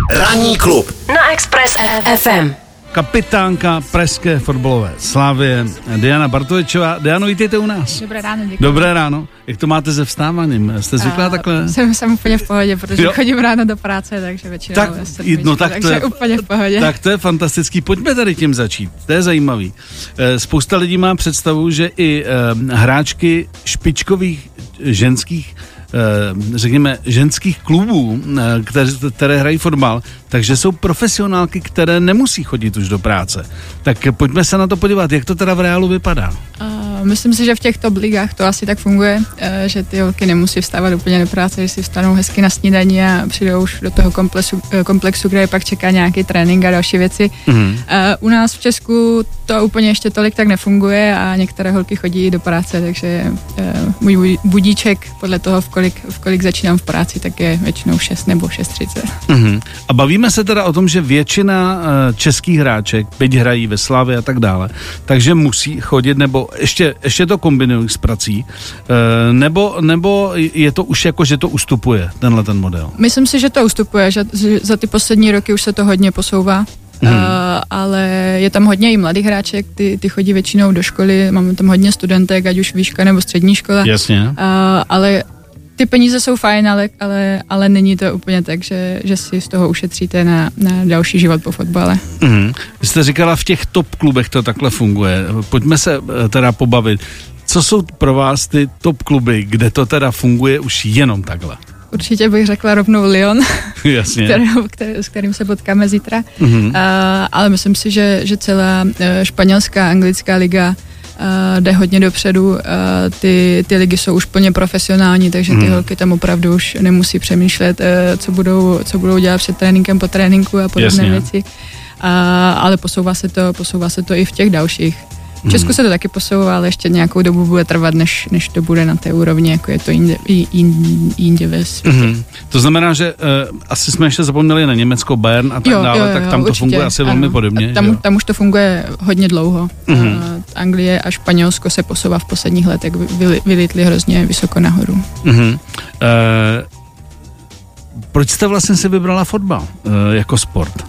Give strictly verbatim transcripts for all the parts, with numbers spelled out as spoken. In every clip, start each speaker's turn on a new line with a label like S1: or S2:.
S1: Ranní klub
S2: na Express ef em.
S3: Kapitánka pražské fotbalové Slavie Diana Bartovičová. Diano, vítejte u nás.
S4: Dobré ráno, děkuji.
S3: Dobré ráno. Jak to máte se vstáváním? Jste zvyklá
S4: A,
S3: takhle?
S4: Jsem, jsem úplně v pohodě, protože
S3: jo?
S4: chodím ráno do práce, takže většinou
S3: tak,
S4: sedmičky,
S3: no, tak
S4: takže
S3: to je,
S4: úplně v pohodě.
S3: Tak to je fantastický. Pojďme tady tím začít. To je zajímavý. Spousta lidí má představu, že i hráčky špičkových ženských řekněme, ženských klubů, které, které hrají fotbal, takže jsou profesionálky, které nemusí chodit už do práce. Tak pojďme se na to podívat, jak to teda v reálu vypadá.
S4: Uh, myslím si, že v těch top ligách to asi tak funguje, uh, že ty holky nemusí vstávat úplně do práce, že si vstanou hezky na snídaní a přijdou už do toho komplexu, komplexu, kde je pak čeká nějaký trénink a další věci. Mm-hmm. Uh, u nás v Česku to úplně ještě tolik tak nefunguje a některé holky chodí do práce, takže uh, můj budíček podle toho, v kolik, v kolik začínám v práci, tak je většinou šest nebo šest třicet.
S3: Mm-hmm. A bavíme se teda o tom, že většina uh, českých hráček, byť hrají ve Slavii a tak dále, takže musí chodit, nebo ještě, ještě to kombinují s prací, uh, nebo, nebo je to už jako, že to ustupuje, tenhle ten model?
S4: Myslím si, že to ustupuje, že za ty poslední roky už se to hodně posouvá. Hmm. Uh, ale je tam hodně i mladých hráček, ty, ty chodí většinou do školy, máme tam hodně studentek, ať už výška nebo střední škola.
S3: Jasně.
S4: Uh, ale ty peníze jsou fajn, ale, ale, ale není to úplně tak, že, že si z toho ušetříte na, na další život po fotbale.
S3: Mm. Vy jste říkala, v těch top klubech to takhle funguje. Pojďme se teda pobavit. Co jsou pro vás ty top kluby, kde to teda funguje už jenom takhle?
S4: Určitě bych řekla rovnou Lyon,
S3: Jasně.
S4: Kterého, který, s kterým se potkáme zítra. Mm-hmm. Uh, ale myslím si, že, že celá uh, španělská, anglická liga Uh, jde hodně dopředu, uh, ty, ty ligy jsou už plně profesionální, takže ty hmm. holky tam opravdu už nemusí přemýšlet, uh, co, budou, co budou dělat před tréninkem, po tréninku a podobné
S3: Jasně.
S4: věci. Uh, ale posouvá se, to, posouvá se to i v těch dalších. V Česku se to taky posouvá, ale ještě nějakou dobu bude trvat, než, než to bude na té úrovni, jako je to jinde, jinde ve světě. Mm-hmm.
S3: To znamená, že uh, asi jsme ještě zapomněli na Německo, Bayern a tak
S4: jo,
S3: dále,
S4: jo, jo,
S3: tak tam
S4: určitě,
S3: to funguje asi
S4: ano.
S3: velmi podobně.
S4: Tam, tam už to funguje hodně dlouho.
S3: Mm-hmm.
S4: Uh, Anglie a Španělsko se posouvá v posledních letech, vy, vylítli hrozně vysoko nahoru.
S3: Mm-hmm. Uh, proč jste vlastně si vybrala fotbal uh, jako sport?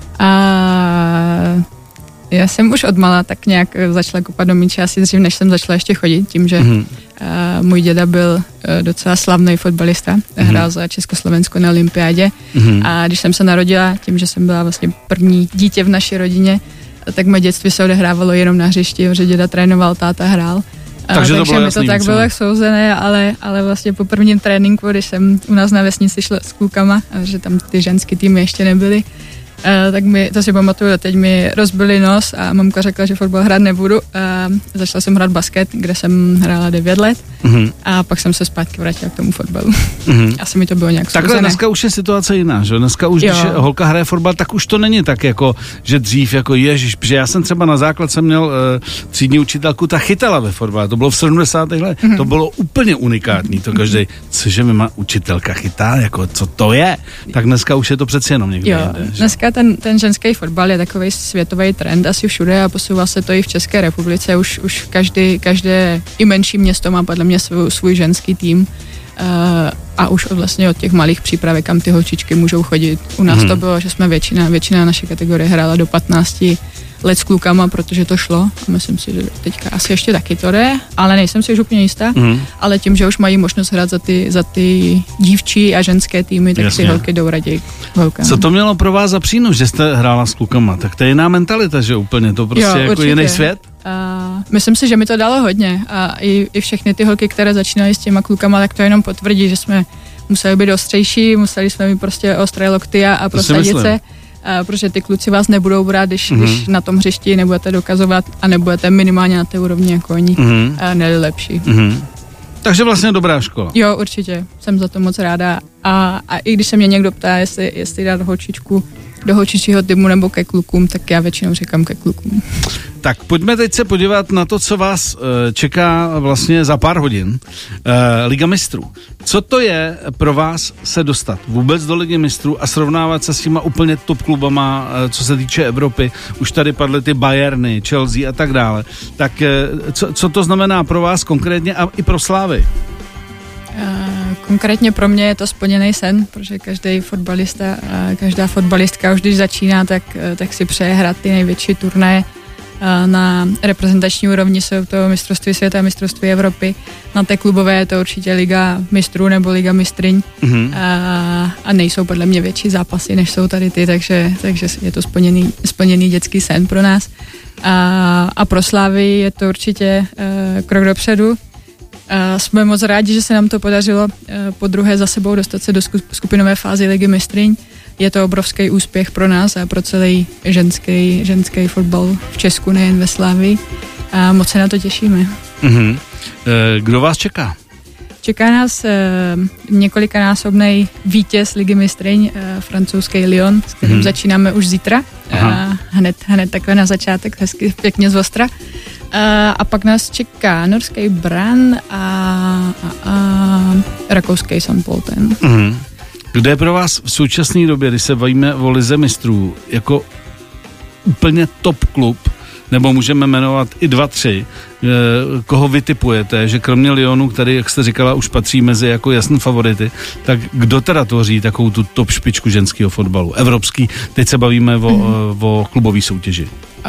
S4: Uh, Já jsem už odmala tak nějak začala kopat do míče, asi dřív, než jsem začala ještě chodit, tím, že mm-hmm. uh, můj děda byl uh, docela slavný fotbalista, mm-hmm. hrál za Československo na olympiádě mm-hmm. a když jsem se narodila, tím, že jsem byla vlastně první dítě v naší rodině, tak moje dětství se odehrávalo jenom na hřišti, že děda trénoval, táta hrál.
S3: Takže,
S4: uh,
S3: to
S4: takže mi to tak bylo jak souzené, ale, ale vlastně po prvním tréninku, když jsem u nás na vesnici šla s klukama, že tam ty ženské týmy ještě nebyly, Uh, tak mi, to si pamatuju, teď mi rozbili nos a mamka řekla, že fotbal hrát nebudu. Uh, začala jsem hrát basket, kde jsem hrála devět let mm-hmm. a pak jsem se zpátky vrátila k tomu fotbalu. Mm-hmm. Asi mi to bylo nějak
S3: Takhle
S4: souzené.
S3: dneska už je situace jiná, že? Dneska už, jo. Když holka hraje fotbal, tak už to není tak jako, že dřív jako ježiš, protože já jsem třeba na základ jsem měl uh, třídní učitelku, ta chytala ve fotbale, to bylo v sedmdesátých letech, mm-hmm. to bylo úplně unikátní, to každý, cože mi má učitelka chytá, jako co to je, tak dneska už je to přeci jenom někde.
S4: Jo,
S3: jde,
S4: dneska ten, ten ženský fotbal je takový světový trend asi všude a posouvá se to i v České republice. Už, už každý, každé i menší město má podle mě svůj, svůj ženský tým uh, a už od, vlastně od těch malých přípravek, kam ty holčičky můžou chodit. U nás hmm. to bylo, že jsme většina, většina naší kategorie hrála do patnácti let s klukama, protože to šlo a myslím si, že teďka asi ještě taky to jde, ale nejsem si už úplně jistá, mm. ale tím, že už mají možnost hrát za ty, za ty dívčí a ženské týmy, tak Jasně. ty holky jdou raději k holkám.
S3: Co to mělo pro vás za přínos, že jste hrála s klukama? Tak to je jiná mentalita, že úplně to prostě jo, jako určitě. Jiný svět?
S4: Uh, myslím si, že mi to dalo hodně a i, i všechny ty holky, které začínaly s těma klukama, tak to jenom potvrdí, že jsme museli být ostřejší, museli jsme mít prostě ostré lokty a prosadit se. Uh, protože ty kluci vás nebudou brát, když, mm-hmm. když na tom hřišti nebudete dokazovat a nebudete minimálně na té úrovni jako oni mm-hmm. uh, nejlepší. Mm-hmm.
S3: Takže vlastně dobrá škola.
S4: Jo, určitě. Jsem za to moc ráda. A, a i když se mě někdo ptá, jestli, jestli dát holčičku do holčičího týmu nebo ke klukům, tak já většinou říkám ke klukům.
S3: Tak pojďme teď se podívat na to, co vás uh, čeká vlastně za pár hodin. Uh, Liga mistrů. Co to je pro vás se dostat vůbec do Ligy mistrů a srovnávat se s těma úplně top klubama, uh, co se týče Evropy? Už tady padly ty Bayerny, Chelsea a tak dále. Tak uh, co, co to znamená pro vás konkrétně a i pro Slávy?
S4: Uh, Konkrétně pro mě je to splněný sen, protože každý fotbalista, každá fotbalistka už když začíná, tak, tak si přeje hrát ty největší turnaje. Na reprezentační úrovni jsou to mistrovství světa, mistrovství Evropy. Na té klubové je to určitě Liga mistrů nebo Liga mistryň. Mm-hmm. A, a nejsou podle mě větší zápasy, než jsou tady ty, takže, takže je to splněný, splněný dětský sen pro nás. A, a pro Slávy je to určitě uh, krok dopředu. A jsme moc rádi, že se nám to podařilo uh, po druhé za sebou dostat se do skupinové fázy Ligy mistryň. Je to obrovský úspěch pro nás a pro celý ženský, ženský fotbal v Česku, nejen ve Slávii. A moc se na to těšíme.
S3: Mm-hmm. Kdo vás čeká?
S4: Čeká nás uh, několikanásobný vítěz Ligy mistryň, uh, francouzský Lyon, s kterým mm. začínáme už zítra. Uh, hned, hned takhle na začátek, hezky pěkně z ostra. Uh, a pak nás čeká norský Brann a, a, a rakouský Sandpolten.
S3: Mm. Kde je pro vás v současné době, když se bavíme o Lize mistrů, jako úplně top klub, nebo můžeme jmenovat i dva, tři, koho vy tipujete, že kromě Lyonu, který, jak jste říkala, už patří mezi jako jasný favority, tak kdo teda tvoří takovou tu top špičku ženského fotbalu? Evropský, teď se bavíme o, mm. o klubové soutěži.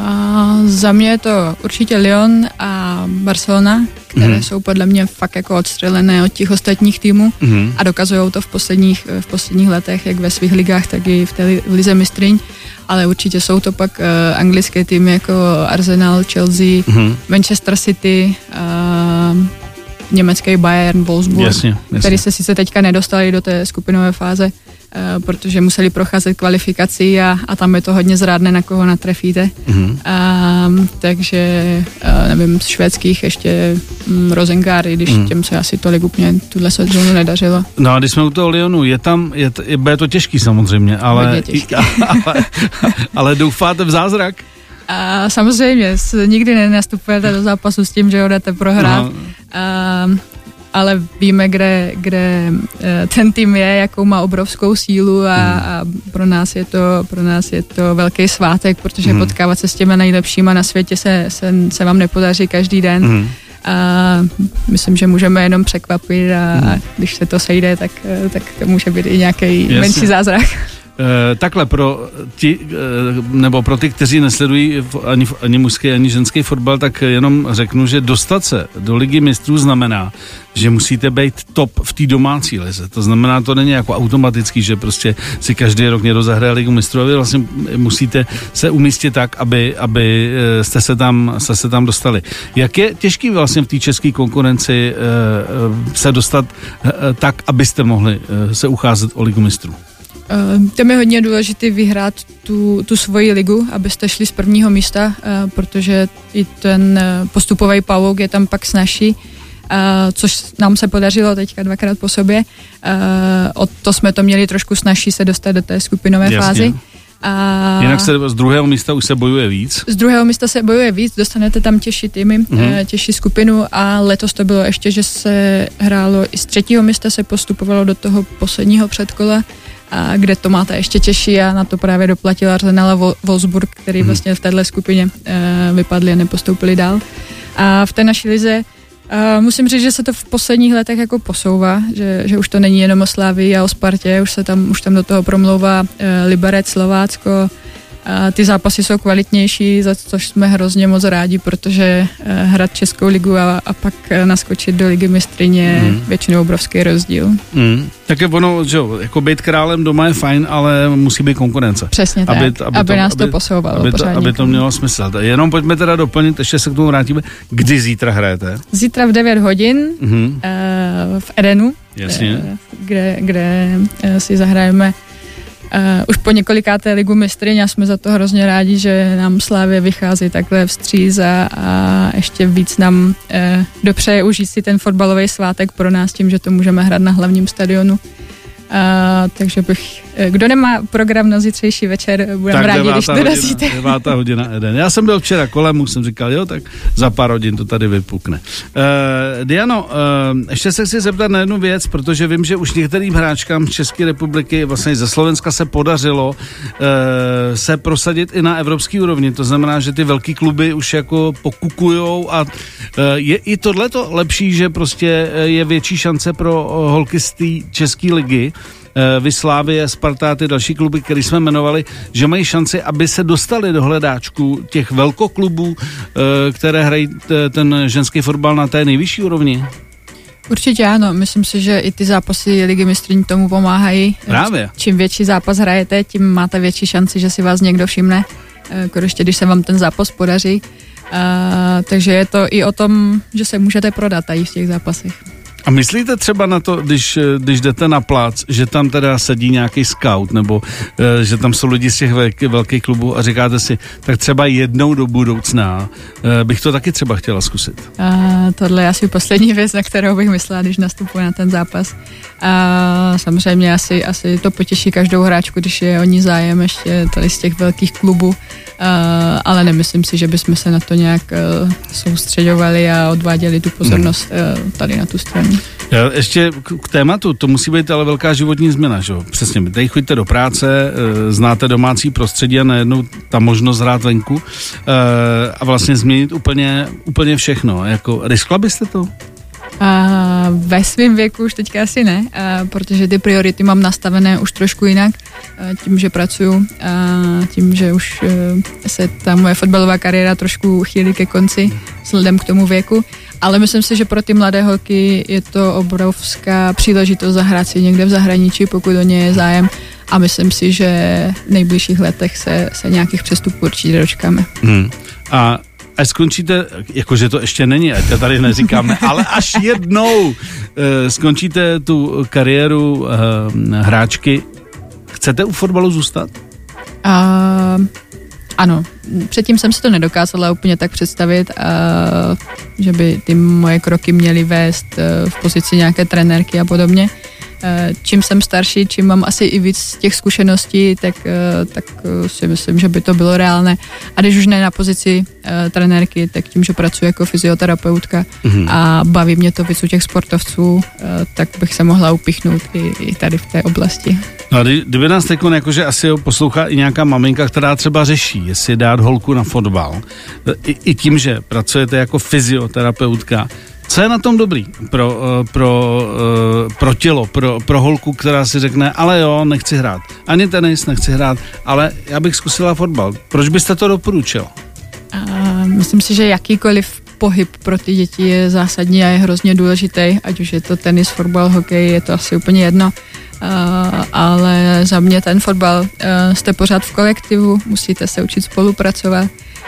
S4: A za mě je to určitě Lyon a Barcelona, které mm. jsou podle mě fakt jako odstřelené od těch ostatních týmů mm. a dokazují to v posledních, v posledních letech, jak ve svých ligách, tak i v té lize mistryň, ale určitě jsou to pak uh, anglické týmy jako Arsenal, Chelsea, mm. Manchester City, uh, německý Bayern, Wolfsburg,
S3: jasně, jasně.
S4: který se sice teďka nedostali do té skupinové fáze, Uh, protože museli procházet kvalifikací a, a tam je to hodně zrádné, na koho natrefíte. Mm-hmm. Uh, takže, uh, nevím, z švédských ještě um, Rosengard, když mm. těm se asi tolik úplně tuhle sezónu nedařilo.
S3: No a když jsme u toho Lyonu, je tam, je, je, je to těžký samozřejmě, ale,
S4: těžký.
S3: ale, ale doufáte v zázrak?
S4: A samozřejmě, nikdy nenastupujete do zápasu s tím, že ho jdete prohrát. No. Uh, ale víme, kde, kde ten tým je, jakou má obrovskou sílu a, a pro nás je to, pro nás je to velký svátek, protože mm. potkávat se s těmi nejlepšíma na světě se, se, se vám nepodaří každý den. Mm. A myslím, že můžeme jenom překvapit a mm. když se to sejde, tak, tak to může být i nějaký menší zázrak.
S3: E, takhle pro ti, e, nebo pro ty, kteří nesledují ani, ani mužský, ani ženský fotbal, tak jenom řeknu, že dostat se do Ligy mistrů znamená, že musíte být top v té domácí lize. To znamená, to není jako automatický, že prostě si každý rok někdo zahraje Ligu mistrů, a vy vlastně musíte se umístit tak, aby, aby jste se tam, jste se tam dostali. Jak je těžký vlastně v té české konkurenci se dostat tak, abyste mohli se ucházet o Ligu mistrů?
S4: Tam je hodně důležité vyhrát tu, tu svoji ligu, abyste šli z prvního místa, protože i ten postupový pavouk je tam pak snazší, což nám se podařilo teďka dvakrát po sobě. O to jsme to měli trošku snazší se dostat do té skupinové Jasně. fázi. A
S3: jinak se z druhého místa už se bojuje víc.
S4: Z druhého místa se bojuje víc, dostanete tam těžší týmy, mm-hmm. těžší skupinu a letos to bylo ještě, že se hrálo i z třetího místa se postupovalo do toho posledního předkola, a kde to máte ještě těžší a na to právě doplatil Arsenal a Wolfsburg, který vlastně v téhle skupině uh, vypadli a nepostoupili dál. A v té naší lize uh, musím říct, že se to v posledních letech jako posouvá, že, že už to není jenom o Slavii a o Spartě, už se tam, už tam do toho promlouvá uh, Liberec, Slovácko. A ty zápasy jsou kvalitnější, za což jsme hrozně moc rádi, protože uh, hrát Českou ligu a, a pak uh, naskočit do Ligy mistryň je mm. většinou obrovský rozdíl.
S3: Mm. Tak je ono, že jo, jako být králem doma je fajn, ale musí být konkurence.
S4: Přesně tak, aby, aby, aby to, nás to aby, posouvalo
S3: aby to, aby to mělo smysl. Jenom pojďme teda doplnit, ještě se k tomu vrátíme. Kdy zítra hrajete?
S4: Zítra v devět hodin mm. uh, v Edenu,
S3: Jasně.
S4: Uh, kde, kde uh, si zahrajeme Uh, už po několikáté Ligu mistryň a jsme za to hrozně rádi, že nám Slavie vychází takhle vstříc a, a ještě víc nám uh, dopřeje užít si ten fotbalový svátek pro nás tím, že to můžeme hrát na hlavním stadionu. Uh, takže bych kdo nemá program na zítřejší večer, budeme rádi, když dorazíte.
S3: devátá hodina Eden. Já jsem byl včera kolem, už jsem říkal, jo, tak za pár hodin to tady vypukne. Uh, Diano, uh, ještě se chci zeptat na jednu věc, protože vím, že už některým hráčkám z České republiky, vlastně ze Slovenska se podařilo uh, se prosadit i na evropský úrovni. To znamená, že ty velký kluby už jako pokukujou a uh, je i tohleto lepší, že prostě je větší šance pro holky z té české ligy, Vy Slávie, Sparta a ty další kluby, které jsme jmenovali, že mají šanci, aby se dostali do hledáčku těch velkoklubů, které hrají ten ženský fotbal na té nejvyšší úrovni?
S4: Určitě ano, myslím si, že i ty zápasy Ligy mistryň tomu pomáhají.
S3: Právě.
S4: Čím větší zápas hrajete, tím máte větší šanci, že si vás někdo všimne, ještě když se vám ten zápas podaří. Uh, takže je to i o tom, že se můžete prodat tady v těch zápasech.
S3: A myslíte třeba na to, když, když jdete na plac, že tam teda sedí nějaký scout, nebo e, že tam jsou lidi z těch velký, velkých klubů a říkáte si, tak třeba jednou do budoucna e, bych to taky třeba chtěla zkusit.
S4: Uh, tohle je asi poslední věc, na kterou bych myslela, když nastupuji na ten zápas. Uh, samozřejmě asi, asi to potěší každou hráčku, když je o ní zájem ještě tady z těch velkých klubů, uh, ale nemyslím si, že bychom se na to nějak uh, soustředovali a odváděli tu pozornost uh, tady na tu stranu.
S3: Já ještě k tématu, to musí být ale velká životní změna, že jo? Přesně, vy tady chodíte do práce, znáte domácí prostředí a najednou ta možnost hrát venku a vlastně změnit úplně, úplně všechno. Jako, riskla byste to?
S4: A ve svém věku už teďka asi ne, a protože ty priority mám nastavené už trošku jinak, tím, že pracuju, a tím, že už se ta moje fotbalová kariéra trošku chýlí ke konci vzhledem k tomu věku, ale myslím si, že pro ty mladé holky je to obrovská příležitost zahrát si někde v zahraničí, pokud o ně je zájem, a myslím si, že v nejbližších letech se, se nějakých přestupů určitě dočkáme. Hmm.
S3: A až skončíte, jakože to ještě není, ať to tady neříkáme, ale až jednou uh, skončíte tu kariéru uh, hráčky, chcete u fotbalu zůstat?
S4: Uh, ano, předtím jsem si to nedokázala úplně tak představit, uh, že by ty moje kroky měly vést uh, v pozici nějaké trenérky a podobně. Čím jsem starší, čím mám asi i víc těch zkušeností, tak, tak si myslím, že by to bylo reálné. A když už ne na pozici uh, trenérky, tak tím, že pracuji jako fyzioterapeutka mm-hmm. a baví mě to víc u těch sportovců, uh, tak bych se mohla upichnout i, i tady v té oblasti.
S3: No a kdyby nás teď jakože asi poslouchá i nějaká maminka, která třeba řeší, jestli dát holku na fotbal, i, i tím, že pracujete jako fyzioterapeutka, co je na tom dobrý pro, pro, pro tělo, pro, pro holku, která si řekne, ale jo, nechci hrát. Ani tenis nechci hrát, ale já bych zkusila fotbal. Proč byste to doporučil?
S4: Uh, myslím si, že jakýkoliv pohyb pro ty děti je zásadní a je hrozně důležitý, ať už je to tenis, fotbal, hokej, je to asi úplně jedno. Uh, ale za mě ten fotbal, uh, jste pořád v kolektivu, musíte se učit spolupracovat.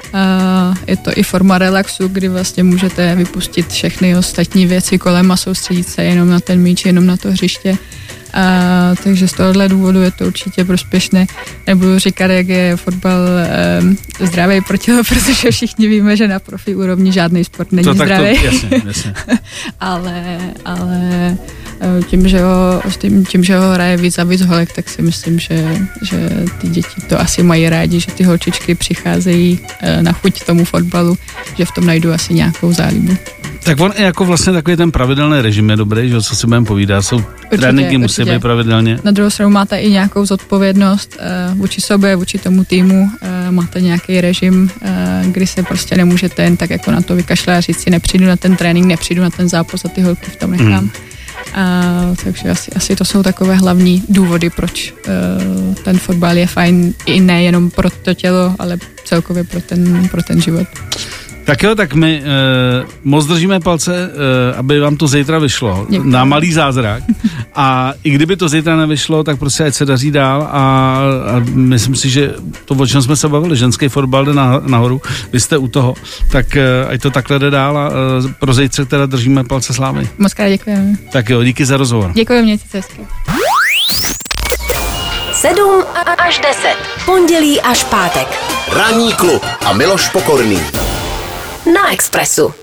S4: Uh, je to i forma relaxu, kdy vlastně můžete vypustit všechny ostatní věci kolem a soustředit se jenom na ten míč, jenom na to hřiště. Uh, takže z tohohle důvodu je to určitě prospěšné. Nebudu říkat, jak je fotbal um, zdravý pro tělo, protože všichni víme, že na profi úrovni žádný sport není
S3: to,
S4: zdravý.
S3: To, jasně, jasně.
S4: ale, ale tím, že ho, tím, tím, že ho hraje víc a víc holek, tak si myslím, že, že ty děti to asi mají rádi, že ty holčičky přicházejí na chuť tomu fotbalu, že v tom najdu asi nějakou zálibu.
S3: Tak on je jako vlastně takový ten pravidelný režim je dobrý, že co si budeme povídat, jsou tréninky, musí být pravidelně.
S4: Na druhou stranu máte i nějakou zodpovědnost uh, vůči sobě, vůči tomu týmu, uh, máte nějaký režim, uh, kdy se prostě nemůžete jen tak jako na to vykašlat a říct si nepřijdu na ten trénink, nepřijdu na ten zápas a ty holky v tom nechám. Hmm. Uh, takže asi, asi to jsou takové hlavní důvody, proč uh, ten fotbal je fajn i nejenom pro to tělo, ale celkově pro ten, pro ten život.
S3: Tak jo, tak my uh, moc držíme palce, uh, aby vám to zítra vyšlo. Děkuji. Na malý zázrak. A i kdyby to zítra nevyšlo, tak prostě ať se daří dál a, a myslím si, že to, o čem jsme se bavili, ženský fotbal jde na, nahoru, vy jste u toho, tak uh, ať to takhle jde dál a uh, pro zítřek teda držíme palce slávy.
S4: Moc krát děkujeme.
S3: Tak jo, díky za rozhovor.
S4: Děkuji, mějte se hezky.
S2: sedm až deset. Pondělí až pátek.
S1: Ranní klub a Miloš Pokorný.
S2: Na Expressu.